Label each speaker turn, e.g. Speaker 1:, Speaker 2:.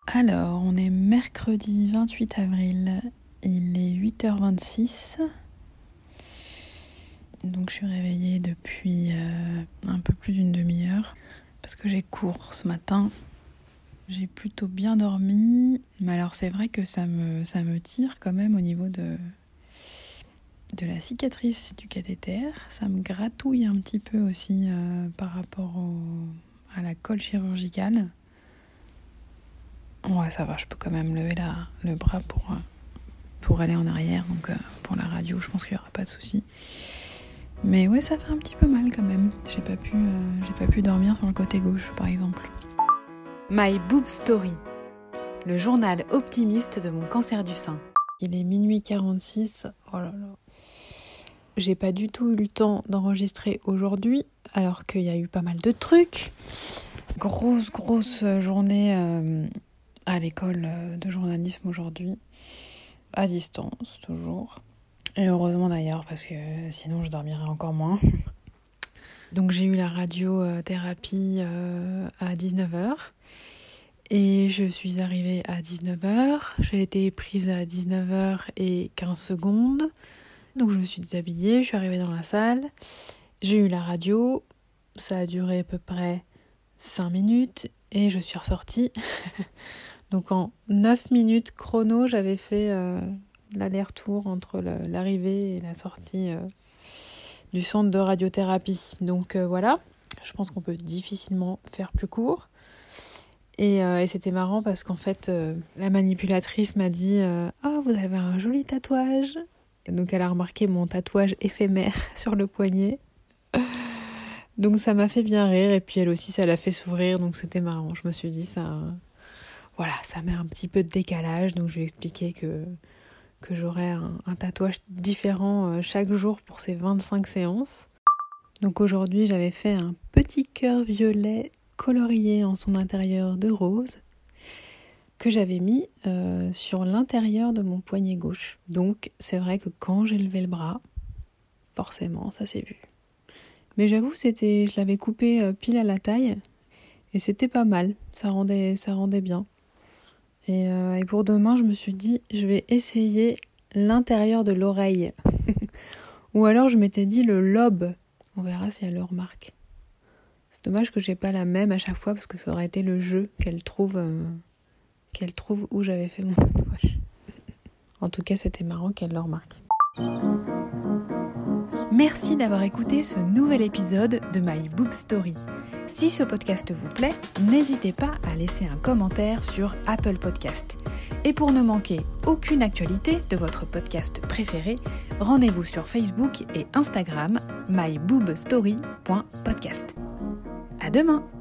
Speaker 1: Alors, on est mercredi 28 avril, il est 8h26. Donc je suis réveillée depuis un peu plus d'une demi-heure parce que j'ai cours ce matin. J'ai plutôt bien dormi, mais alors c'est vrai que ça me tire quand même au niveau de la cicatrice du cathéter. Ça me gratouille un petit peu aussi par rapport à la colle chirurgicale. Ouais, ça va, je peux quand même lever le bras pour aller en arrière. Donc pour la radio, je pense qu'il n'y aura pas de souci. Mais ouais, ça fait un petit peu mal quand même. J'ai pas pu dormir sur le côté gauche, par exemple.
Speaker 2: My Boob Story, le journal optimiste de mon cancer du sein.
Speaker 1: Il est minuit 46. Oh là là. J'ai pas du tout eu le temps d'enregistrer aujourd'hui, alors qu'il y a eu pas mal de trucs. Grosse journée à l'école de journalisme aujourd'hui. À distance, toujours. Et heureusement d'ailleurs, parce que sinon je dormirais encore moins. Donc j'ai eu la radiothérapie à 19h. Et je suis arrivée à 19h. J'ai été prise à 19h15. Donc je me suis déshabillée, je suis arrivée dans la salle. J'ai eu la radio. Ça a duré à peu près 5 minutes. Et je suis ressortie. Donc en 9 minutes chrono, j'avais fait l'aller-retour entre l'arrivée et la sortie du centre de radiothérapie. Donc voilà, je pense qu'on peut difficilement faire plus court. Et c'était marrant parce qu'en fait, la manipulatrice m'a dit « Oh, vous avez un joli tatouage !» Donc elle a remarqué mon tatouage éphémère sur le poignet. Donc ça m'a fait bien rire et puis elle aussi, ça l'a fait sourire. Donc c'était marrant. Je me suis dit, ça met un petit peu de décalage. Donc je lui ai expliqué que j'aurais un tatouage différent chaque jour pour ces 25 séances. Donc aujourd'hui, j'avais fait un petit cœur violet colorié en son intérieur de rose que j'avais mis sur l'intérieur de mon poignet gauche. Donc c'est vrai que quand j'ai levé le bras, forcément ça s'est vu. Mais j'avoue, je l'avais coupé pile à la taille et c'était pas mal, ça rendait bien. Et pour demain, je me suis dit, je vais essayer l'intérieur de l'oreille. Ou alors je m'étais dit le lobe. On verra si elle le remarque. C'est dommage que j'ai pas la même à chaque fois parce que ça aurait été le jeu qu'elle trouve où j'avais fait mon tatouage. En tout cas, c'était marrant qu'elle le remarque.
Speaker 2: Merci d'avoir écouté ce nouvel épisode de My Boob Story. Si ce podcast vous plaît, n'hésitez pas à laisser un commentaire sur Apple Podcast. Et pour ne manquer aucune actualité de votre podcast préféré, rendez-vous sur Facebook et Instagram myboobstory.podcast. À demain!